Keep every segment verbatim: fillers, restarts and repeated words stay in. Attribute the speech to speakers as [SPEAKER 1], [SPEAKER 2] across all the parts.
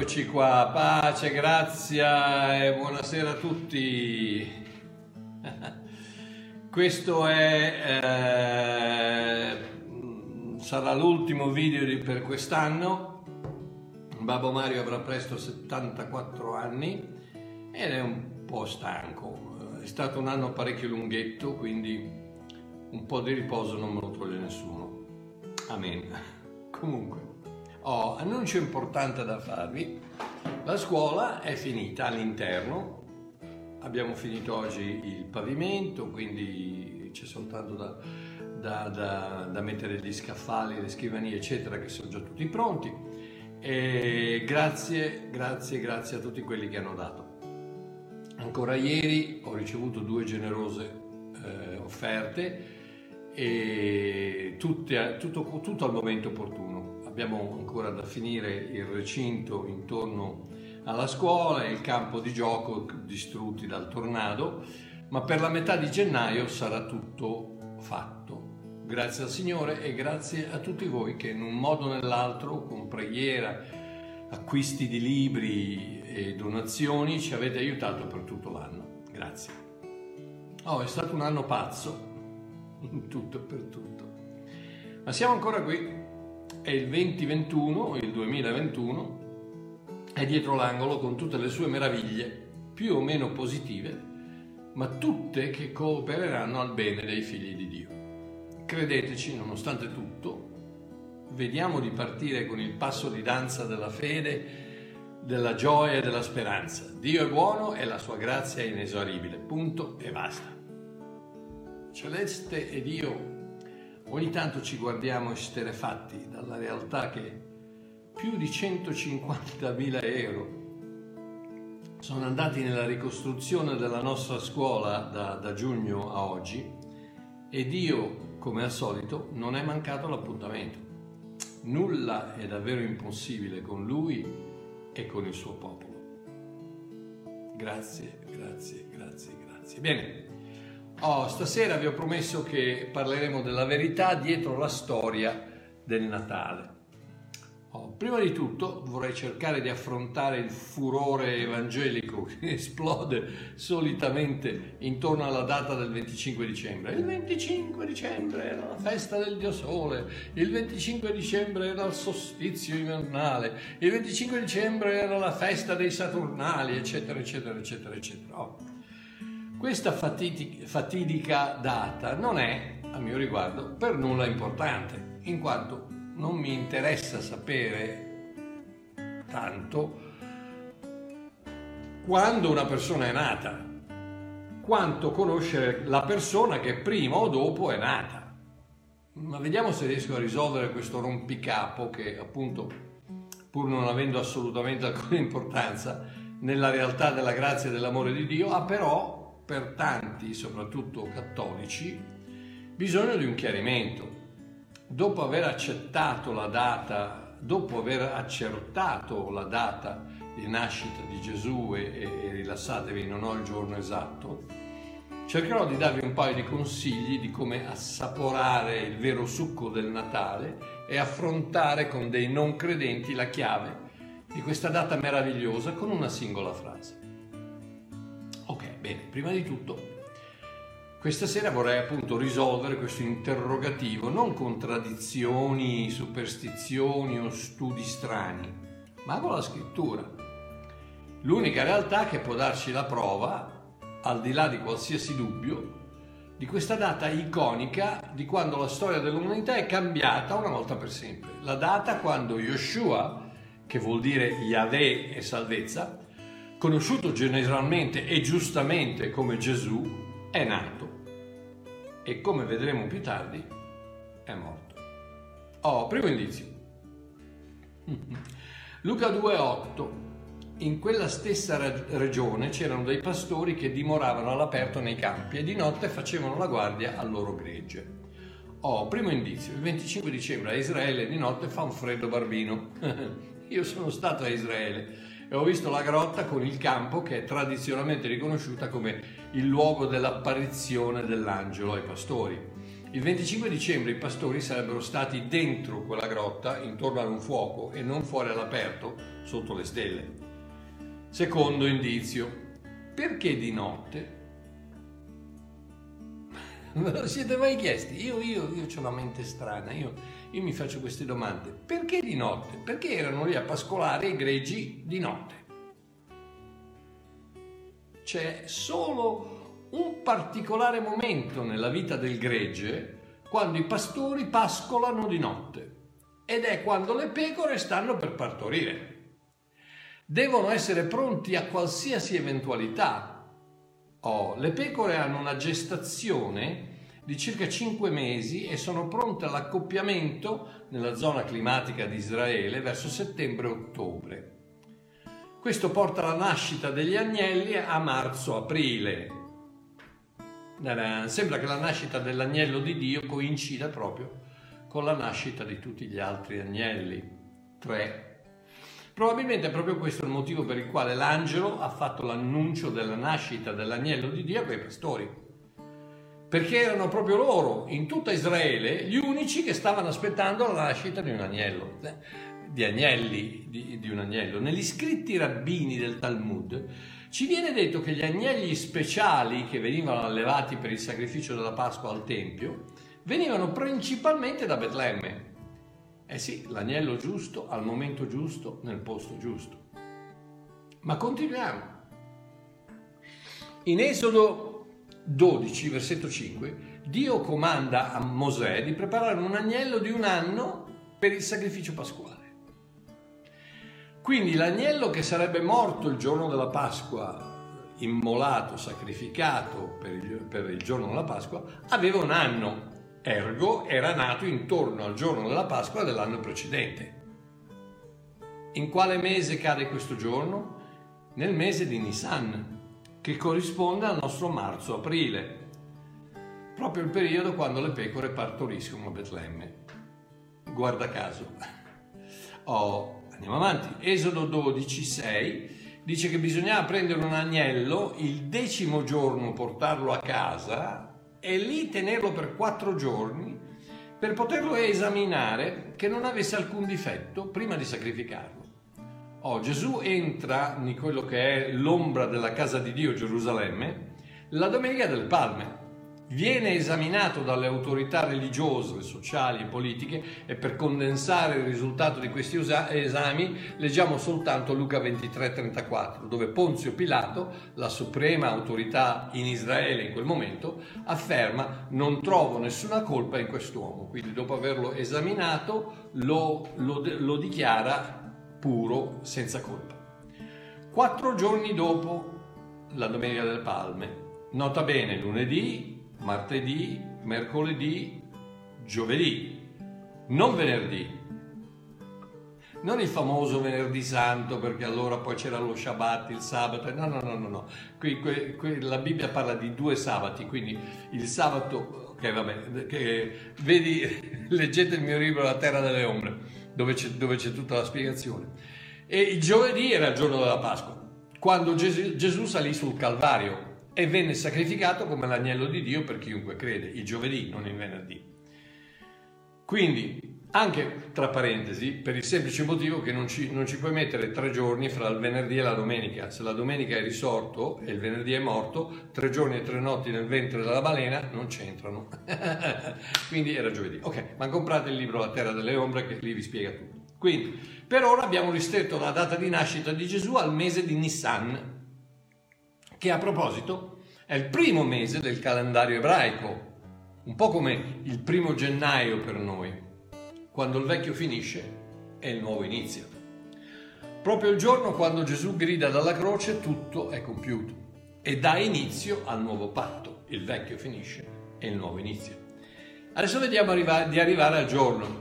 [SPEAKER 1] Eccoci qua, pace, grazia e buonasera a tutti. Questo è, eh, sarà l'ultimo video di, per quest'anno. Babbo Mario avrà presto settantaquattro anni ed è un po' stanco. È stato un anno parecchio lunghetto, quindi un po' di riposo non me lo toglie nessuno. Amen. Comunque, ho annuncio importante da farvi. La scuola è finita all'interno, abbiamo finito oggi il pavimento, quindi c'è soltanto da, da, da, da mettere gli scaffali, le scrivanie eccetera, che sono già tutti pronti. E grazie, grazie, grazie a tutti quelli che hanno dato. Ancora ieri ho ricevuto due generose eh, offerte e tutte, tutto, tutto al momento opportuno. Abbiamo ancora da finire il recinto intorno alla scuola e il campo di gioco distrutti dal tornado, ma per la metà di gennaio sarà tutto fatto. Grazie al Signore e grazie a tutti voi che in un modo o nell'altro, con preghiera, acquisti di libri e donazioni, ci avete aiutato per tutto l'anno. Grazie. Oh, è stato un anno pazzo, in tutto e per tutto. Ma siamo ancora qui. È il duemilaventuno, il duemilaventuno è dietro l'angolo con tutte le sue meraviglie, più o meno positive, ma tutte che coopereranno al bene dei figli di Dio. Credeteci, nonostante tutto, vediamo di partire con il passo di danza della fede, della gioia e della speranza. Dio è buono e la sua grazia è inesauribile. Punto e basta. Celeste ed io ogni tanto ci guardiamo esterefatti dalla realtà che più di centocinquantamila euro sono andati nella ricostruzione della nostra scuola da, da giugno a oggi e Dio, come al solito, non è mancato l'appuntamento. Nulla è davvero impossibile con Lui e con il suo popolo. Grazie, grazie, grazie, grazie. Bene. Oh, stasera vi ho promesso che parleremo della verità dietro la storia del Natale. Oh, prima di tutto vorrei cercare di affrontare il furore evangelico che esplode solitamente intorno alla data del venticinque dicembre. Il venticinque dicembre era la festa del Dio Sole, il venticinque dicembre era il solstizio invernale, il venticinque dicembre era la festa dei Saturnali, eccetera, eccetera, eccetera, eccetera. Oh. Questa fatidica data non è, a mio riguardo, per nulla importante, in quanto non mi interessa sapere tanto quando una persona è nata, quanto conoscere la persona che prima o dopo è nata. Ma vediamo se riesco a risolvere questo rompicapo che, appunto, pur non avendo assolutamente alcuna importanza nella realtà della grazia e dell'amore di Dio, ha però per tanti, soprattutto cattolici, bisogno di un chiarimento. Dopo aver accettato la data, dopo aver accertato la data di nascita di Gesù e, e rilassatevi, non ho il giorno esatto, cercherò di darvi un paio di consigli di come assaporare il vero succo del Natale e affrontare con dei non credenti la chiave di questa data meravigliosa con una singola frase. Ok, bene, prima di tutto, questa sera vorrei appunto risolvere questo interrogativo, non con tradizioni, superstizioni o studi strani, ma con la scrittura. L'unica realtà che può darci la prova, al di là di qualsiasi dubbio, di questa data iconica di quando la storia dell'umanità è cambiata una volta per sempre. La data quando Yeshua, che vuol dire Yahweh e salvezza, conosciuto generalmente e giustamente come Gesù, è nato e, come vedremo più tardi, è morto. Oh, primo indizio. Luca due otto. In quella stessa regione c'erano dei pastori che dimoravano all'aperto nei campi e di notte facevano la guardia al loro gregge. Oh, primo indizio. Il venticinque dicembre a Israele di notte fa un freddo barbino. Io sono stato a Israele e ho visto la grotta con il campo che è tradizionalmente riconosciuta come il luogo dell'apparizione dell'angelo ai pastori. Il venticinque dicembre i pastori sarebbero stati dentro quella grotta, intorno ad un fuoco, e non fuori all'aperto, sotto le stelle. Secondo indizio, perché di notte? Me lo siete mai chiesti? Io, io, io ho una mente strana, io, io mi faccio queste domande. Perché di notte? Perché erano lì a pascolare i greggi di notte. C'è solo un particolare momento nella vita del gregge quando i pastori pascolano di notte, ed è quando le pecore stanno per partorire. Devono essere pronti a qualsiasi eventualità. Oh, le pecore hanno una gestazione di circa cinque mesi e sono pronte all'accoppiamento nella zona climatica di Israele verso settembre-ottobre. Questo porta alla nascita degli agnelli a marzo-aprile. Sembra che la nascita dell'agnello di Dio coincida proprio con la nascita di tutti gli altri agnelli. Tre. Probabilmente è proprio questo il motivo per il quale l'angelo ha fatto l'annuncio della nascita dell'agnello di Dio a quei pastori. Perché erano proprio loro, in tutta Israele, gli unici che stavano aspettando la nascita di un agnello, di agnelli, di, di un agnello. Negli scritti rabbini del Talmud ci viene detto che gli agnelli speciali che venivano allevati per il sacrificio della Pasqua al Tempio venivano principalmente da Betlemme. Eh sì, l'agnello giusto al momento giusto nel posto giusto. Ma continuiamo. In Esodo dodici, versetto cinque, Dio comanda a Mosè di preparare un agnello di un anno per il sacrificio pasquale. Quindi l'agnello che sarebbe morto il giorno della Pasqua, immolato, sacrificato per il, per il giorno della Pasqua, aveva un anno, ergo era nato intorno al giorno della Pasqua dell'anno precedente. In quale mese cade questo giorno? Nel mese di Nisan, che corrisponde al nostro marzo-aprile, proprio il periodo quando le pecore partoriscono a Betlemme. Guarda caso. Oh, andiamo avanti. Esodo dodici, sei dice che bisognava prendere un agnello, il decimo giorno portarlo a casa e lì tenerlo per quattro giorni per poterlo esaminare che non avesse alcun difetto prima di sacrificarlo. Oh, Gesù entra in quello che è l'ombra della casa di Dio, Gerusalemme, la Domenica delle Palme. Viene esaminato dalle autorità religiose, sociali e politiche, e per condensare il risultato di questi esami leggiamo soltanto Luca ventitré, trentaquattro, dove Ponzio Pilato, la suprema autorità in Israele in quel momento, afferma: non trovo nessuna colpa in quest'uomo. Quindi dopo averlo esaminato lo, lo, lo dichiara puro, senza colpa. Quattro giorni dopo la Domenica delle Palme, nota bene lunedì, martedì, mercoledì, giovedì, non venerdì, non il famoso venerdì santo, perché allora poi c'era lo Shabbat, il sabato, no no no no, no. Qui, qui, qui la Bibbia parla di due sabati, quindi il sabato, ok vabbè, che, vedi, leggete il mio libro La Terra delle Ombre, dove c'è, dove c'è tutta la spiegazione, e il giovedì era il giorno della Pasqua, quando Gesù, Gesù salì sul Calvario e venne sacrificato come l'agnello di Dio per chiunque crede, il giovedì, non il venerdì. Quindi, anche tra parentesi, per il semplice motivo che non ci, non ci puoi mettere tre giorni fra il venerdì e la domenica. Se la domenica è risorto e il venerdì è morto, tre giorni e tre notti nel ventre della balena non c'entrano. Quindi era giovedì. Ok, ma comprate il libro La Terra delle Ombre, che lì vi spiega tutto. Quindi, per ora abbiamo ristretto la data di nascita di Gesù al mese di Nisan, che a proposito è il primo mese del calendario ebraico, un po' come il primo gennaio per noi. Quando il vecchio finisce e il nuovo inizia. Proprio il giorno quando Gesù grida dalla croce tutto è compiuto e dà inizio al nuovo patto. Il vecchio finisce e il nuovo inizia. Adesso vediamo di arrivare al giorno.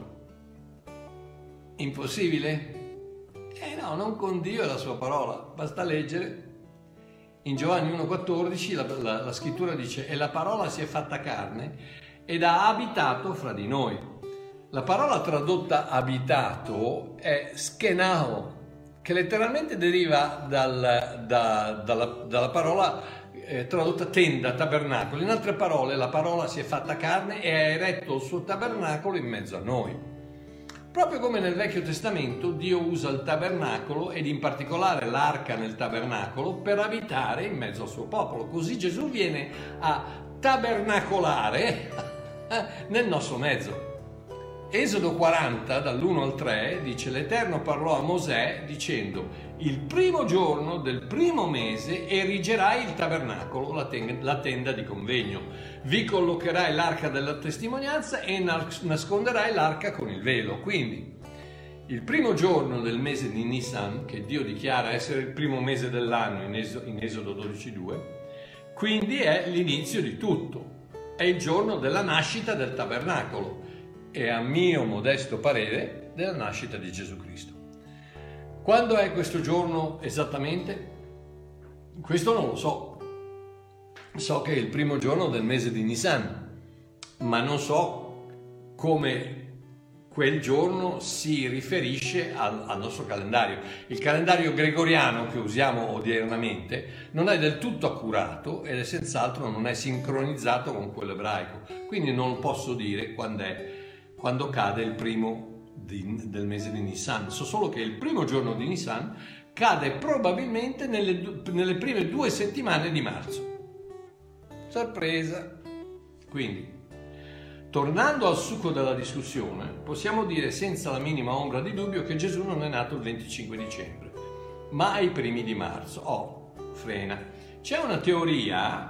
[SPEAKER 1] Impossibile? Eh no, non con Dio e la sua parola. Basta leggere. In Giovanni uno quattordici la, la, la scrittura dice: e la parola si è fatta carne ed ha abitato fra di noi. La parola tradotta abitato è skenao, che letteralmente deriva dal, da, dalla, dalla parola eh, tradotta tenda, tabernacolo. In altre parole, la parola si è fatta carne e ha eretto il suo tabernacolo in mezzo a noi. Proprio come nel Vecchio Testamento, Dio usa il tabernacolo ed in particolare l'arca nel tabernacolo per abitare in mezzo al suo popolo. Così Gesù viene a tabernacolare nel nostro mezzo. Esodo quaranta, dall'uno al tre, dice: l'Eterno parlò a Mosè dicendo: il primo giorno del primo mese erigerai il tabernacolo, la, ten- la tenda di convegno. Vi collocherai l'arca della testimonianza e nasconderai l'arca con il velo. Quindi, il primo giorno del mese di Nisan, che Dio dichiara essere il primo mese dell'anno in, es- in Esodo dodici due, quindi è l'inizio di tutto. È il giorno della nascita del tabernacolo e, a mio modesto parere, della nascita di Gesù Cristo. Quando è questo giorno esattamente? Questo non lo so. So che è il primo giorno del mese di Nisan, ma non so come quel giorno si riferisce al, al nostro calendario. Il calendario gregoriano che usiamo odiernamente non è del tutto accurato ed è senz'altro non è sincronizzato con quello ebraico. Quindi non posso dire quando è, quando cade il primo Di, del mese di Nisan. So solo che il primo giorno di Nisan cade probabilmente nelle, nelle prime due settimane di marzo. Sorpresa! Quindi, tornando al succo della discussione, possiamo dire senza la minima ombra di dubbio che Gesù non è nato il venticinque dicembre, ma ai primi di marzo. Oh, frena! C'è una teoria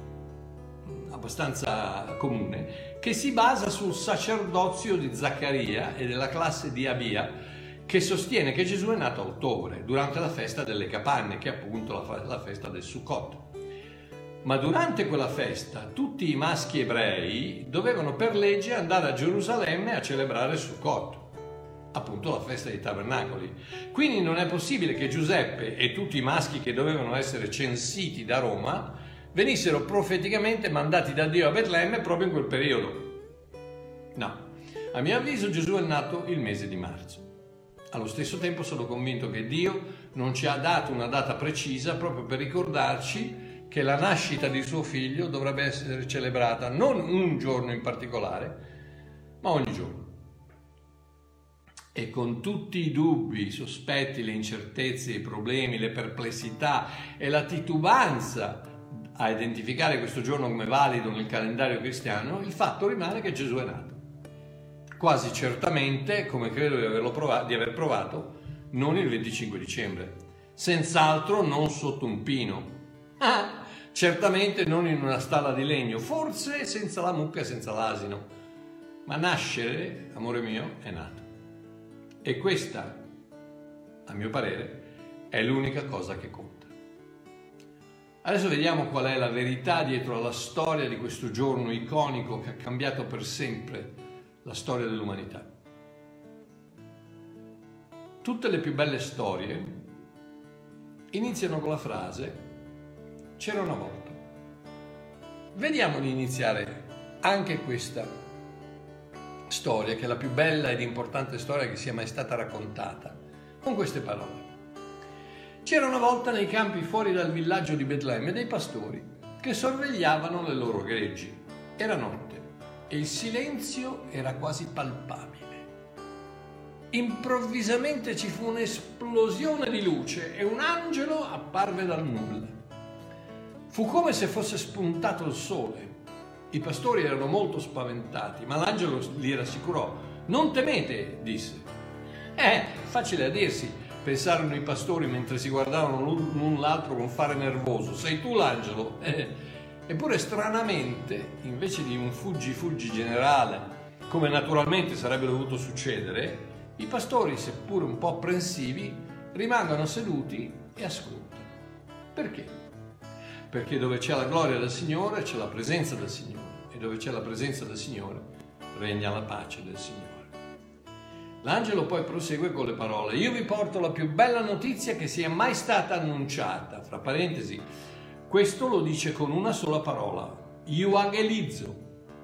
[SPEAKER 1] abbastanza comune che si basa sul sacerdozio di Zaccaria e della classe di Abia, che sostiene che Gesù è nato a ottobre, durante la festa delle capanne, che è appunto la, la festa del Sukkot. Ma durante quella festa tutti i maschi ebrei dovevano per legge andare a Gerusalemme a celebrare Sukkot, appunto la festa dei tabernacoli. Quindi non è possibile che Giuseppe e tutti i maschi che dovevano essere censiti da Roma venissero profeticamente mandati da Dio a Betlemme proprio in quel periodo. No, a mio avviso Gesù è nato il mese di marzo. Allo stesso tempo sono convinto che Dio non ci ha dato una data precisa proprio per ricordarci che la nascita di suo figlio dovrebbe essere celebrata non un giorno in particolare, ma ogni giorno. E con tutti i dubbi, i sospetti, le incertezze, i problemi, le perplessità e la titubanza a identificare questo giorno come valido nel calendario cristiano, il fatto rimane che Gesù è nato. Quasi certamente, come credo di, averlo provato, di aver provato, non il venticinque dicembre, senz'altro non sotto un pino, ah, certamente non in una stalla di legno, forse senza la mucca e senza l'asino, ma nascere, amore mio, è nato. E questa, a mio parere, è l'unica cosa che conta. Adesso vediamo qual è la verità dietro alla storia di questo giorno iconico che ha cambiato per sempre la storia dell'umanità. Tutte le più belle storie iniziano con la frase "c'era una volta". Vediamo di iniziare anche questa storia, che è la più bella ed importante storia che sia mai stata raccontata, con queste parole. C'era una volta nei campi fuori dal villaggio di Betlemme dei pastori che sorvegliavano le loro greggi. Era notte e il silenzio era quasi palpabile. Improvvisamente ci fu un'esplosione di luce e un angelo apparve dal nulla. Fu come se fosse spuntato il sole. I pastori erano molto spaventati, ma l'angelo li rassicurò. "Non temete", disse. Eh, facile a dirsi, pensarono i pastori mentre si guardavano l'un l'altro con fare nervoso. "Sei tu l'angelo?" Eh. Eppure stranamente, invece di un fuggi-fuggi generale, come naturalmente sarebbe dovuto succedere, i pastori, seppur un po' apprensivi, rimangono seduti e ascoltano. Perché? Perché dove c'è la gloria del Signore c'è la presenza del Signore, e dove c'è la presenza del Signore regna la pace del Signore. L'angelo poi prosegue con le parole: "Io vi porto la più bella notizia che sia mai stata annunciata". Fra parentesi, questo lo dice con una sola parola: euangelizzo.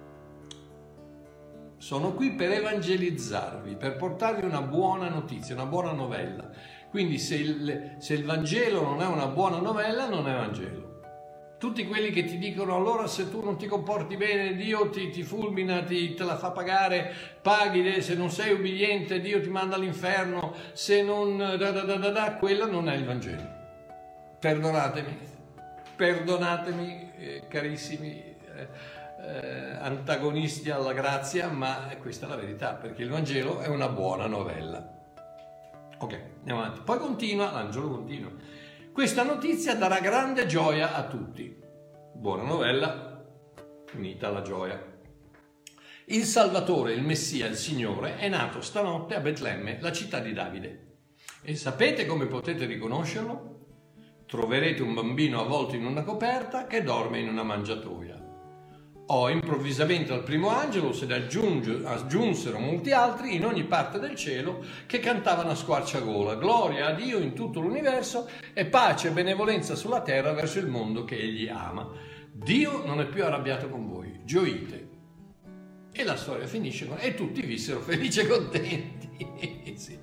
[SPEAKER 1] Sono qui per evangelizzarvi, per portarvi una buona notizia, una buona novella. Quindi se il, se il Vangelo non è una buona novella, non è Vangelo. tutti quelli che ti dicono allora se tu non ti comporti bene Dio ti, ti fulmina, ti, te la fa pagare, paghi, se non sei ubbidiente Dio ti manda all'inferno, se non... Da, da, da, da, da, quella non è il Vangelo. Perdonatemi, perdonatemi eh, carissimi eh, eh, antagonisti alla grazia, ma questa è la verità, perché il Vangelo è una buona novella. Ok, andiamo avanti. Poi continua, l'angelo continua. Questa notizia darà grande gioia a tutti. Buona novella, unita alla gioia. Il Salvatore, il Messia, il Signore, è nato stanotte a Betlemme, la città di Davide. E sapete come potete riconoscerlo? Troverete un bambino avvolto in una coperta che dorme in una mangiatoia. Oh, improvvisamente al primo angelo se ne aggiunge, aggiunsero molti altri in ogni parte del cielo che cantavano a squarciagola: gloria a Dio in tutto l'universo e pace e benevolenza sulla terra verso il mondo che egli ama. Dio non è più arrabbiato con voi, gioite. E la storia finisce con e tutti vissero felici e contenti. Sì.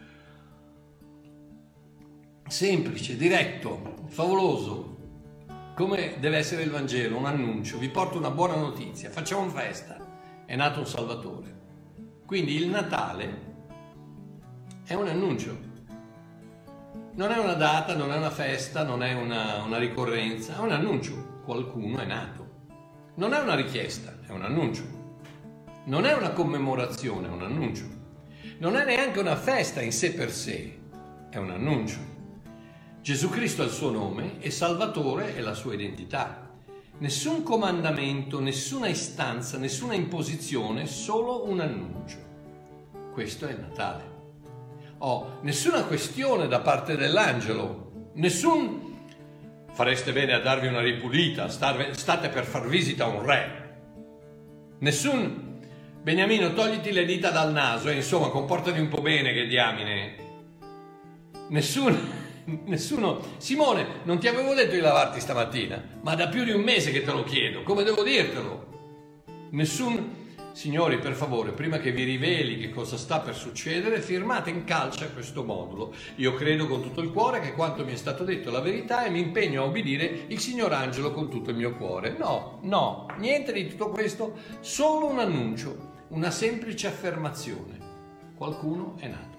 [SPEAKER 1] Semplice, diretto, favoloso. Come deve essere il Vangelo, un annuncio, vi porto una buona notizia, facciamo festa, è nato un Salvatore. Quindi il Natale è un annuncio, non è una data, non è una festa, non è una, una ricorrenza, è un annuncio, qualcuno è nato. Non è una richiesta, è un annuncio. Non è una commemorazione, è un annuncio. Non è neanche una festa in sé per sé, è un annuncio. Gesù Cristo ha il suo nome e Salvatore è la sua identità. Nessun comandamento, nessuna istanza, nessuna imposizione, solo un annuncio. Questo è il Natale. Oh, nessuna questione da parte dell'angelo, nessun fareste bene a darvi una ripulita, state per far visita a un re. Nessun Beniamino, togliti le dita dal naso e insomma comportati un po' bene, che diamine. Nessun... Nessuno, Simone, non ti avevo detto di lavarti stamattina, ma da più di un mese che te lo chiedo, come devo dirtelo? Nessun, signori, per favore, prima che vi riveli che cosa sta per succedere, firmate in calce questo modulo. Io credo con tutto il cuore che quanto mi è stato detto è la verità e mi impegno a obbedire il signor Angelo con tutto il mio cuore. No, no, niente di tutto questo, solo un annuncio, una semplice affermazione. Qualcuno è nato.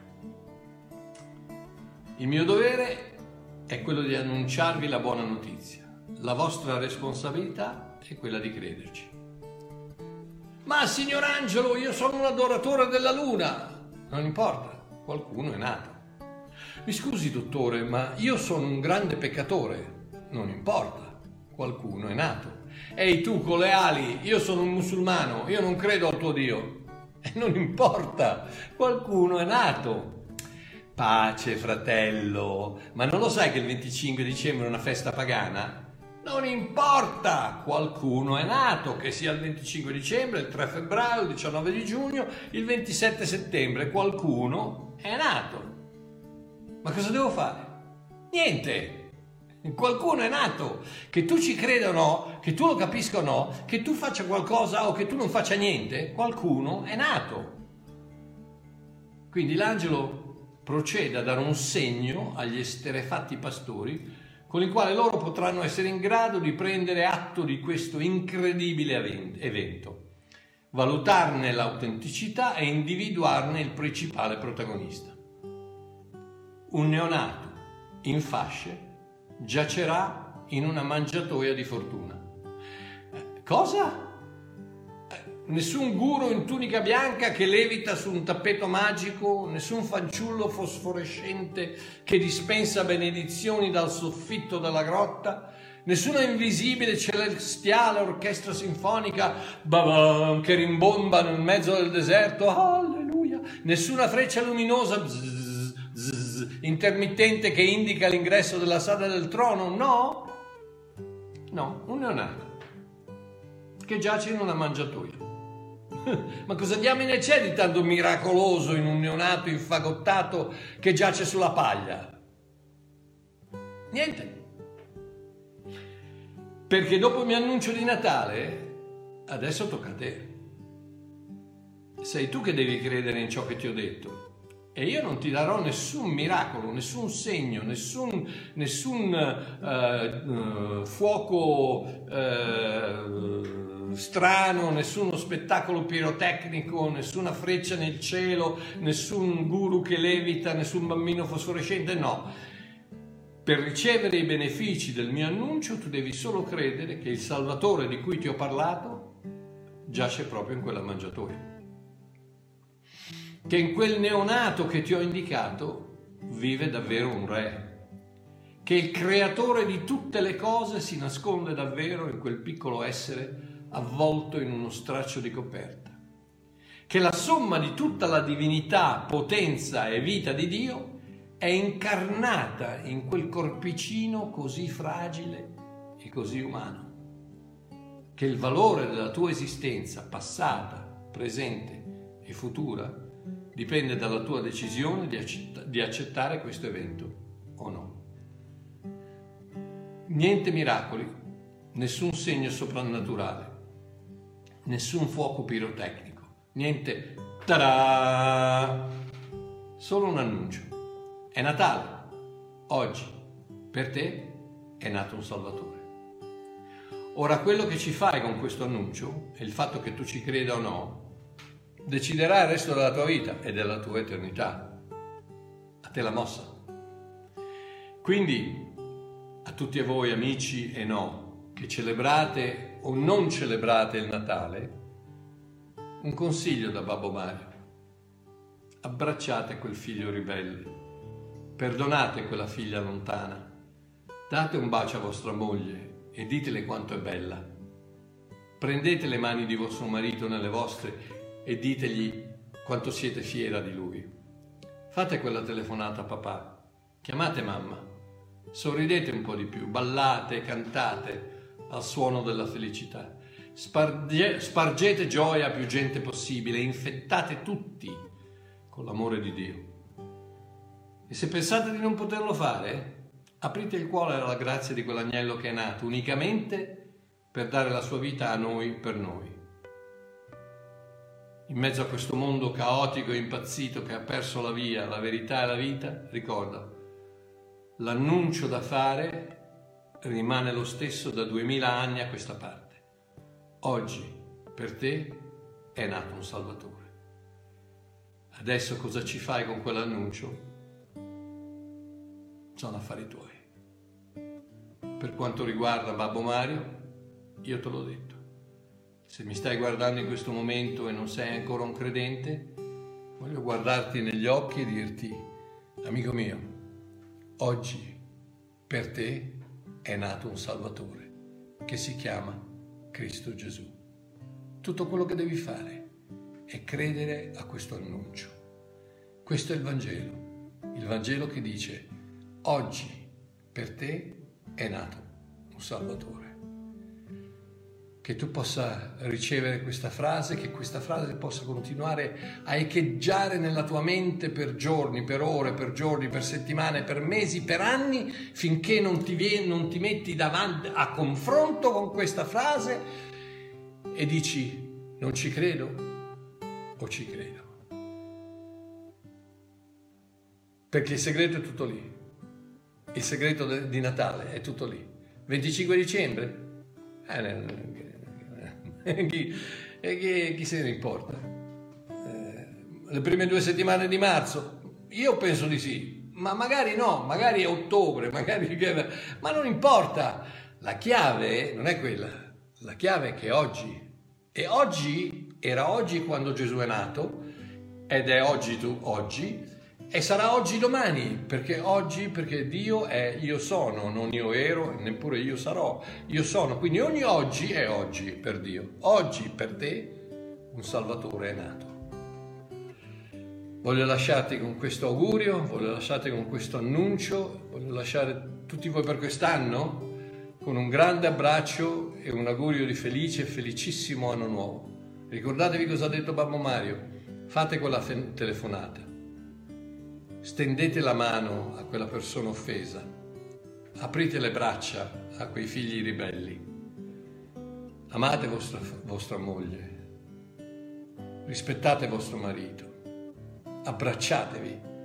[SPEAKER 1] Il mio dovere è quello di annunciarvi la buona notizia. La vostra responsabilità è quella di crederci. Ma signor Angelo, io sono un adoratore della luna. Non importa, qualcuno è nato. Mi scusi dottore, ma io sono un grande peccatore. Non importa, qualcuno è nato. Ehi tu con le ali, io sono un musulmano, io non credo al tuo Dio. E non importa, qualcuno è nato. Pace, fratello, ma non lo sai che il venticinque dicembre è una festa pagana? Non importa, qualcuno è nato, che sia il venticinque dicembre, il tre febbraio, il diciannove di giugno, il ventisette settembre, qualcuno è nato. Ma cosa devo fare? Niente, qualcuno è nato, che tu ci creda o no, che tu lo capisca o no, che tu faccia qualcosa o che tu non faccia niente, qualcuno è nato. Quindi l'angelo procede a dare un segno agli esterrefatti pastori con il quale loro potranno essere in grado di prendere atto di questo incredibile evento, valutarne l'autenticità e individuarne il principale protagonista. Un neonato in fasce giacerà in una mangiatoia di fortuna. Cosa? Nessun guru in tunica bianca che levita su un tappeto magico, nessun fanciullo fosforescente che dispensa benedizioni dal soffitto della grotta, nessuna invisibile celestiale orchestra sinfonica babam, che rimbomba nel mezzo del deserto, alleluia, nessuna freccia luminosa zzz, zzz, intermittente che indica l'ingresso della sala del trono, no, no, un neonato che giace in una mangiatoia. Ma cosa diamine c'è di tanto miracoloso in un neonato infagottato che giace sulla paglia? Niente. Perché dopo il mio annuncio di Natale, adesso tocca a te. Sei tu che devi credere in ciò che ti ho detto e io non ti darò nessun miracolo, nessun segno, nessun, nessun uh, uh, fuoco uh, strano, nessuno spettacolo pirotecnico, nessuna freccia nel cielo, nessun guru che levita, nessun bambino fosforescente, no. Per ricevere i benefici del mio annuncio tu devi solo credere che il Salvatore di cui ti ho parlato giace proprio in quella mangiatoia, che in quel neonato che ti ho indicato vive davvero un re, che il creatore di tutte le cose si nasconde davvero in quel piccolo essere avvolto in uno straccio di coperta, che la somma di tutta la divinità, potenza e vita di Dio è incarnata in quel corpicino così fragile e così umano, che il valore della tua esistenza passata, presente e futura dipende dalla tua decisione di, accetta- di accettare questo evento o no. Niente miracoli, nessun segno soprannaturale, nessun fuoco pirotecnico, niente tada! Solo un annuncio. È Natale. Oggi per te è nato un Salvatore. Ora, quello che ci fai con questo annuncio e il fatto che tu ci creda o no deciderà il resto della tua vita e della tua eternità. A te la mossa. Quindi, a tutti e voi amici e no, che celebrate o non celebrate il Natale, un consiglio da Babbo Mario. Abbracciate quel figlio ribelle, perdonate quella figlia lontana, date un bacio a vostra moglie e ditele quanto è bella. Prendete le mani di vostro marito nelle vostre e ditegli quanto siete fiera di lui. Fate quella telefonata a papà, chiamate mamma, sorridete un po' di più, ballate, cantate al suono della felicità, Sparge- spargete gioia a più gente possibile, infettate tutti con l'amore di Dio. E se pensate di non poterlo fare, aprite il cuore alla grazia di quell'agnello che è nato unicamente per dare la sua vita a noi, per noi. In mezzo a questo mondo caotico e impazzito che ha perso la via, la verità e la vita, ricorda, l'annuncio da fare rimane lo stesso da duemila anni a questa parte. Oggi per te è nato un Salvatore. Adesso cosa ci fai con quell'annuncio? Sono affari tuoi. Per quanto riguarda Babbo Mario, io te l'ho detto. Se mi stai guardando in questo momento e non sei ancora un credente, voglio guardarti negli occhi e dirti, amico mio, oggi per te è nato un Salvatore che si chiama Cristo Gesù. Tutto quello che devi fare è credere a questo annuncio. Questo è il Vangelo, il Vangelo che dice, oggi per te è nato un Salvatore. Che tu possa ricevere questa frase, che questa frase possa continuare a echeggiare nella tua mente per giorni, per ore, per giorni, per settimane, per mesi, per anni, finché non ti, viene, non ti metti davanti a confronto con questa frase e dici, non ci credo o ci credo. Perché il segreto è tutto lì. Il segreto de, di Natale è tutto lì. venticinque dicembre? Eh, Chi, chi, chi se ne importa? Eh, le prime due settimane di marzo? Io penso di sì, ma magari no, magari è ottobre, magari... ma non importa. La chiave non è quella, la chiave è che oggi, e oggi era oggi quando Gesù è nato, ed è oggi tu oggi, e sarà oggi domani, perché oggi, perché Dio è io sono, non io ero, neppure io sarò, io sono, quindi ogni oggi è oggi per Dio, oggi per te un Salvatore è nato. Voglio lasciarti con questo augurio, voglio lasciarti con questo annuncio, voglio lasciare tutti voi per quest'anno con un grande abbraccio e un augurio di felice e felicissimo anno nuovo. Ricordatevi cosa ha detto Babbo Mario, fate quella fe- telefonata. Stendete la mano a quella persona offesa, aprite le braccia a quei figli ribelli, amate vostra, vostra moglie, rispettate vostro marito, abbracciatevi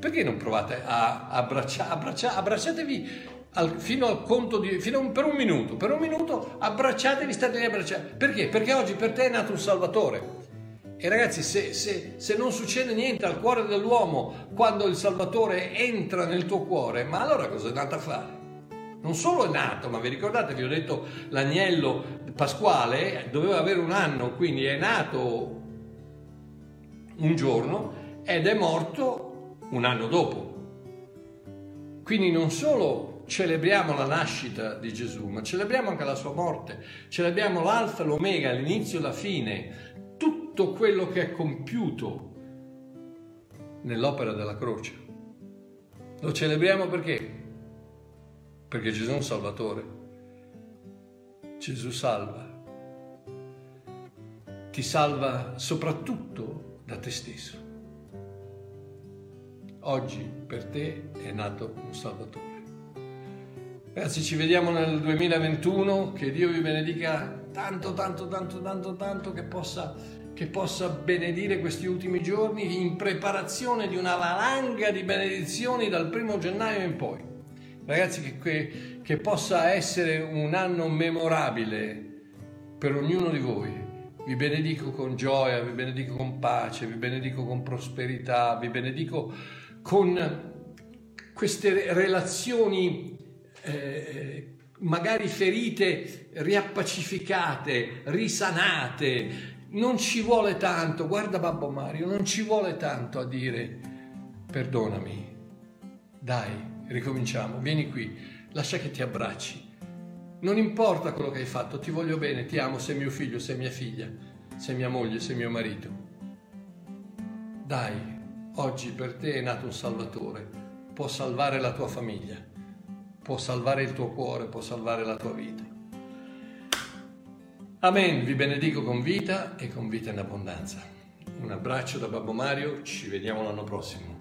[SPEAKER 1] perché non provate a abbracciare, abbraccia, abbracciatevi al, fino al conto di, fino a un, per un minuto, per un minuto abbracciatevi, state lì abbracciati. Perché? Perché oggi per te è nato un Salvatore. E ragazzi, se, se, se non succede niente al cuore dell'uomo quando il Salvatore entra nel tuo cuore, ma allora cosa è nato a fare? Non solo è nato, ma vi ricordate, vi ho detto, l'agnello pasquale doveva avere un anno, quindi è nato un giorno ed è morto un anno dopo. Quindi non solo celebriamo la nascita di Gesù, ma celebriamo anche la sua morte, celebriamo l'alfa e l'omega, l'inizio e la fine, tutto quello che è compiuto nell'opera della croce. Lo celebriamo perché? Perché Gesù è un Salvatore. Gesù salva. Ti salva soprattutto da te stesso. Oggi per te è nato un Salvatore. Ragazzi, ci vediamo nel duemilaventuno, che Dio vi benedica tanto, tanto, tanto, tanto, tanto, che possa, che possa benedire questi ultimi giorni in preparazione di una valanga di benedizioni dal primo gennaio in poi. Ragazzi, che, che, che possa essere un anno memorabile per ognuno di voi. Vi benedico con gioia, vi benedico con pace, vi benedico con prosperità, vi benedico con queste relazioni eh, magari ferite, riappacificate, risanate. Non ci vuole tanto, guarda Babbo Mario, non ci vuole tanto a dire perdonami, dai, ricominciamo, vieni qui, lascia che ti abbracci. Non importa quello che hai fatto, ti voglio bene, ti amo, sei mio figlio, sei mia figlia, sei mia moglie, sei mio marito. Dai, oggi per te è nato un Salvatore, può salvare la tua famiglia, può salvare il tuo cuore, può salvare la tua vita. Amen, vi benedico con vita e con vita in abbondanza. Un abbraccio da Babbo Mario, ci vediamo l'anno prossimo.